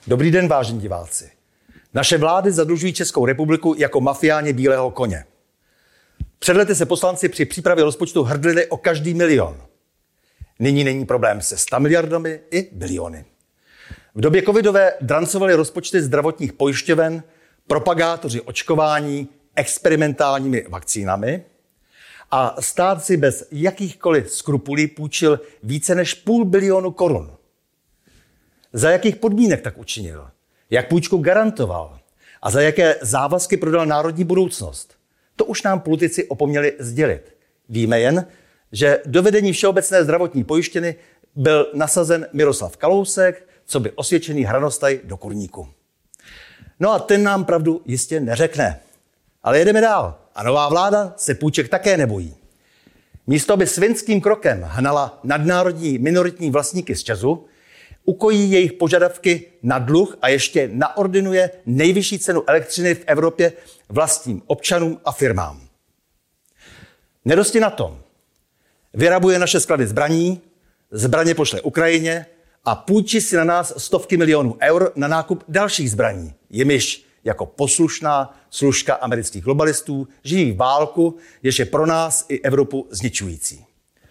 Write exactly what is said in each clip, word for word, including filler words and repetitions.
Dobrý den, vážení diváci. Naše vlády zadlužují Českou republiku jako mafiáni bílého koně. Před lety se poslanci při přípravě rozpočtu hrdlili o každý milion. Nyní není problém se sta miliardami i biliony. V době covidové drancovali rozpočty zdravotních pojišťoven, propagátoři očkování experimentálními vakcínami a stát si bez jakýchkoliv skrupulí půjčil více než půl bilionu korun. Za jakých podmínek tak učinil? Jak půjčku garantoval? A za jaké závazky prodal národní budoucnost? To už nám politici opomněli sdělit. Víme jen, že do vedení Všeobecné zdravotní pojištěny byl nasazen Miroslav Kalousek, co by osvědčený hranostaj do kurníku. No a ten nám pravdu jistě neřekne. Ale jedeme dál. A nová vláda se půjček také nebojí. Místo aby svinským krokem hnala nadnárodní minoritní vlastníky z ČEZu, ukojí jejich požadavky na dluh a ještě naordinuje nejvyšší cenu elektřiny v Evropě vlastním občanům a firmám. Nedosti na tom. Vyrabuje naše sklady zbraní, zbraně pošle Ukrajině a půjčí si na nás stovky milionů eur na nákup dalších zbraní, jimiž jako poslušná služka amerických globalistů žijí válku, jež je pro nás i Evropu zničující.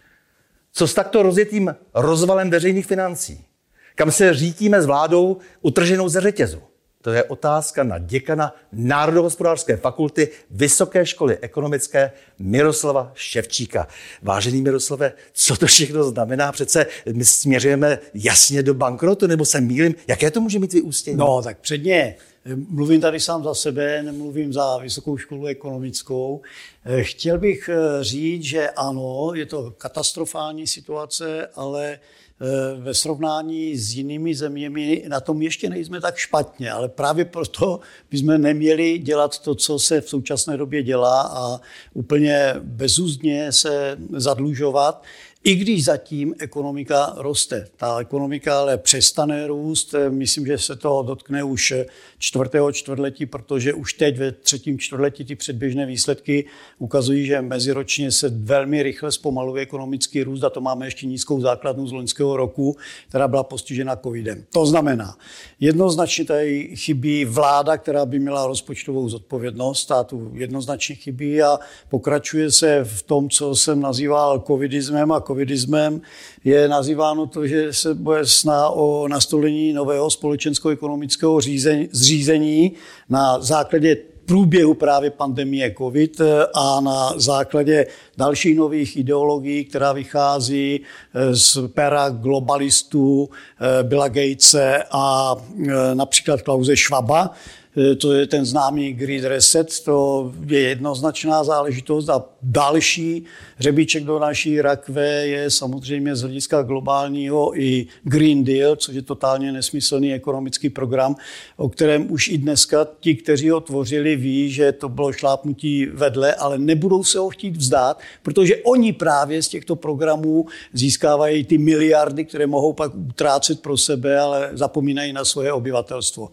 Co s takto rozjetým rozvalem veřejných financí? Kam se řítíme s vládou utrženou ze řetězu? To je otázka na děkana Národohospodářské fakulty Vysoké školy ekonomické Miroslava Ševčíka. Vážený Miroslave, co to všechno znamená? Přece my směřujeme jasně do bankrotu, nebo se mýlím? Jaké to může mít vyústění? No, tak předně mluvím tady sám za sebe, nemluvím za Vysokou školu ekonomickou. Chtěl bych říct, že ano, je to katastrofální situace, ale ve srovnání s jinými zeměmi na tom ještě nejsme tak špatně, ale právě proto bychom neměli dělat to, co se v současné době dělá a úplně bezúzdně se zadlužovat, i když zatím ekonomika roste. Ta ekonomika ale přestane růst, myslím, že se to dotkne už čtvrtého čtvrtletí, protože už teď ve třetím čtvrtletí ty předběžné výsledky ukazují, že meziročně se velmi rychle zpomaluje ekonomický růst a to máme ještě nízkou základnu z loňského roku, která byla postižena covidem. To znamená, jednoznačně tady chybí vláda, která by měla rozpočtovou zodpovědnost, státu jednoznačně chybí a pokračuje se v tom, co jsem nazýval covidismem a covidismem je nazýváno to, že se bude snaha o nastolení nového společensko-ekonomického řízení, zřízení na základě průběhu právě pandemie covid a na základě dalších nových ideologií, která vychází z pera globalistů Billa Gatese a například Klause Schwaba. To je ten známý Great Reset, to je jednoznačná záležitost a další hřebíček do naší rakve je samozřejmě z hlediska globálního i Green Deal, což je totálně nesmyslný ekonomický program, o kterém už i dneska ti, kteří ho tvořili, ví, že to bylo šlápnutí vedle, ale nebudou se ho chtít vzdát, protože oni právě z těchto programů získávají ty miliardy, které mohou pak utrácet pro sebe, ale zapomínají na svoje obyvatelstvo.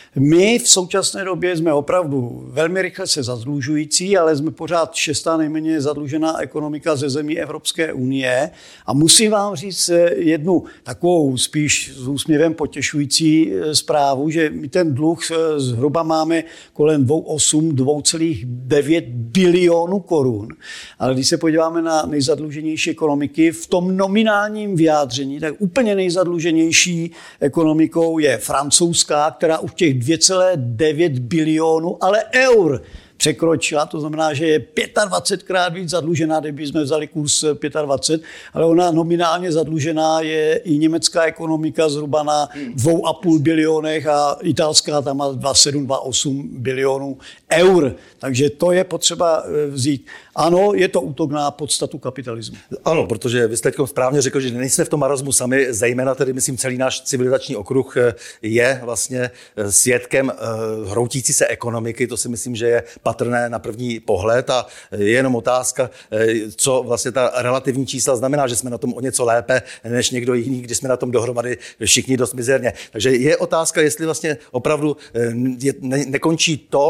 My v současné době jsme opravdu velmi rychle se zadlužující, ale jsme pořád šestá nejméně zadlužená ekonomika ze zemí Evropské unie. A musím vám říct jednu takovou spíš s úsměvem potěšující zprávu, že my ten dluh zhruba máme kolem dvě celá osm, dvě celá devět bilionů korun. Ale když se podíváme na nejzadluženější ekonomiky, v tom nominálním vyjádření, tak úplně nejzadluženější ekonomikou je francouzská, která už těch dvě celá devět bilionů, ale eur překročila, to znamená, že je dvacetpětkrát víc zadlužená, kdyby jsme vzali kurz dvacet pět, ale ona nominálně zadlužená je i německá ekonomika zhruba na dvou a půl bilionech a italská tam má dva celá sedm, dva celá osm bilionů eur. Takže to je potřeba vzít. Ano, je to útok na podstatu kapitalismu. Ano, protože vy jste správně řekl, že nejsme v tom marazmu sami, zejména tedy, myslím, celý náš civilizační okruh je vlastně svědkem hroutící se ekonomiky. To si myslím, že je patrné na první pohled a je jenom otázka, co vlastně ta relativní čísla znamená, že jsme na tom o něco lépe než někdo jiný, když jsme na tom dohromady všichni dost mizerně. Takže je otázka, jestli vlastně opravdu je, ne, nekončí to, co jsme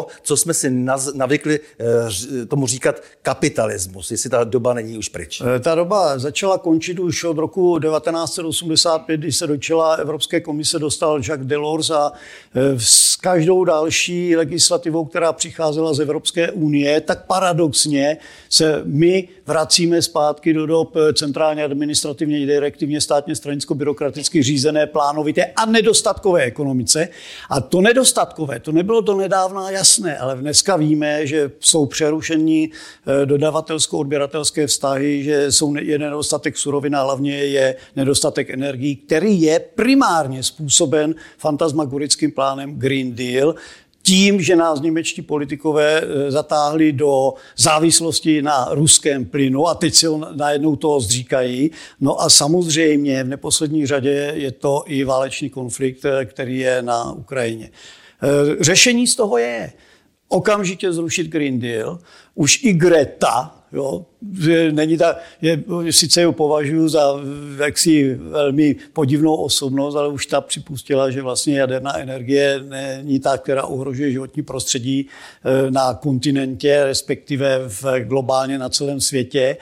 jsme si navykli tomu říkat kapitalismus, jestli ta doba není už pryč. Ta doba začala končit už od roku devatenáct set osmdesát pět, kdy se do čela Evropské komise dostal Jacques Delors a s každou další legislativou, která přicházela z Evropské unie, tak paradoxně se my vracíme zpátky do dob centrálně administrativně, direktivně, státně stranicko-byrokraticky řízené, plánovité a nedostatkové ekonomice. A to nedostatkové, to nebylo do nedávna jasné, ale dneska víme, že jsou přerušení dodavatelsko-odběratelské vztahy, že jsou, je nedostatek surovin a hlavně je nedostatek energií, který je primárně způsoben fantasmagorickým plánem Green Deal, tím, že nás němečtí politikové zatáhli do závislosti na ruském plynu a teď si ho najednou toho zříkají. No a samozřejmě v neposlední řadě je to i válečný konflikt, který je na Ukrajině. Řešení z toho je okamžitě zrušit Green Deal. Už i Greta, jo, není ta, je, sice ji považuji za jaksi velmi podivnou osobnost, ale už ta připustila, že vlastně jaderná energie není ta, která ohrožuje životní prostředí na kontinentě, respektive v, globálně na celém světě.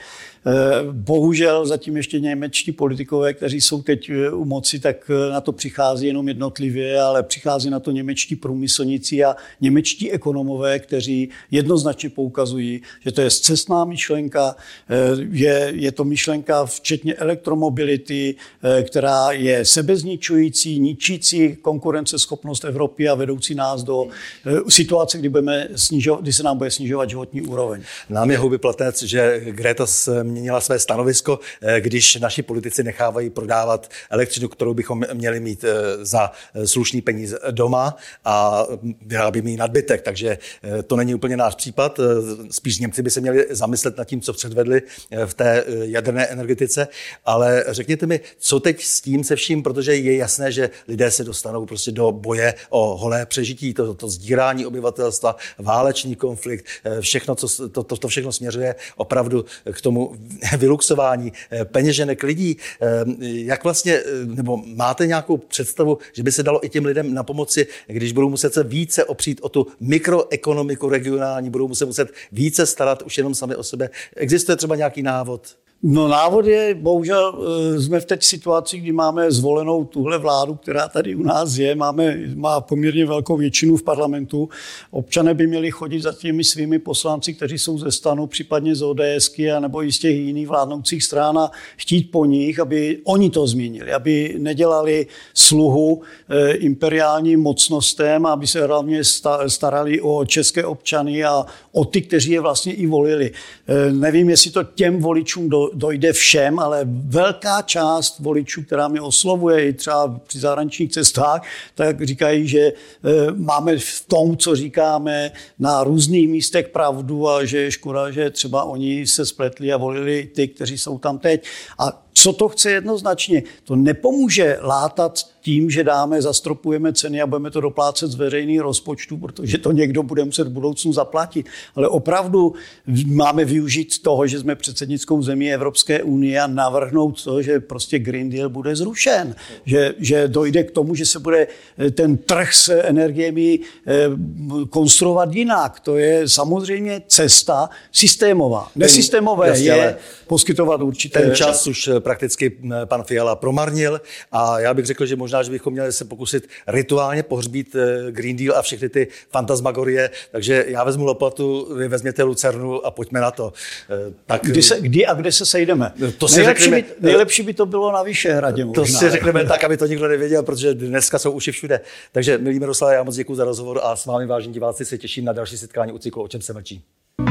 Bohužel zatím ještě němečtí politikové, kteří jsou teď u moci, tak na to přichází jenom jednotlivě, ale přichází na to němečtí průmyslníci a němečtí ekonomové, kteří jednoznačně poukazují, že to je scestná myšlenka, je, je to myšlenka včetně elektromobility, která je sebezničující, ničící konkurenceschopnost Evropy a vedoucí nás do situace, kdy, budeme snižovat, kdy se nám bude snižovat životní úroveň. Nám je houby platnec, že Greta měnila své stanovisko, když naši politici nechávají prodávat elektřinu, kterou bychom měli mít za slušný peníze doma a vyrábíme ji nadbytek. Takže to není úplně náš případ. Spíš Němci by se měli zamyslet nad tím, co předvedli v té jaderné energetice. Ale řekněte mi, co teď s tím se vším, protože je jasné, že lidé se dostanou prostě do boje o holé přežití, to, to sdírání obyvatelstva, válečný konflikt, všechno, co, to, to, to všechno směřuje opravdu k tomu vyluxování peněženek lidí. Jak vlastně, nebo máte nějakou představu, že by se dalo i těm lidem na pomoci, když budou muset se více opřít o tu mikroekonomiku regionální, budou muset muset více starat už jenom sami o sebe. Existuje třeba nějaký návod? No návod je, bohužel jsme v teď situaci, kdy máme zvolenou tuhle vládu, která tady u nás je, máme, má poměrně velkou většinu v parlamentu. Občané by měli chodit za těmi svými poslanci, kteří jsou ze STANu, případně z ODSky a nebo i z těch jiných vládnoucích stran a chtít po nich, aby oni to změnili, aby nedělali sluhu eh, imperiálním mocnostem, aby se hlavně starali o české občany a o ty, kteří je vlastně i volili. Eh, nevím, jestli to těm voličům do dojde všem, ale velká část voličů, která mě oslovuje i třeba při zahraničních cestách, tak říkají, že máme v tom, co říkáme, na různých místech pravdu a že je škoda, že třeba oni se spletli a volili ty, kteří jsou tam teď. A co to chce jednoznačně? To nepomůže látat tím, že dáme, zastropujeme ceny a budeme to doplácet z veřejných rozpočtů, protože to někdo bude muset v budoucnu zaplatit. Ale opravdu máme využít toho, že jsme předsednickou zemí Evropské unie a navrhnout to, že prostě Green Deal bude zrušen. Že, že dojde k tomu, že se bude ten trh s energiemi konstruovat jinak. To je samozřejmě cesta systémová. Nesystémové Jasně, je poskytovat určité... Ten čas už prakticky pan Fiala promarnil a já bych řekl, že možná, že bychom měli se pokusit rituálně pohřbít Green Deal a všechny ty fantasmagorie, takže já vezmu lopatu, vy vezměte lucernu a pojďme na to. Tak... Kdy, se, kdy a kde se sejdeme? To si nejlepší, řekneme, by, nejlepší by to bylo na Vyšehradě. To možná. si řekneme tak, aby to nikdo nevěděl, protože dneska jsou uši všude. Takže milí Miroslave, já moc děkuji za rozhovor a s vámi, vážení diváci, se těším na další setkání u cyklu O čem se mlčí.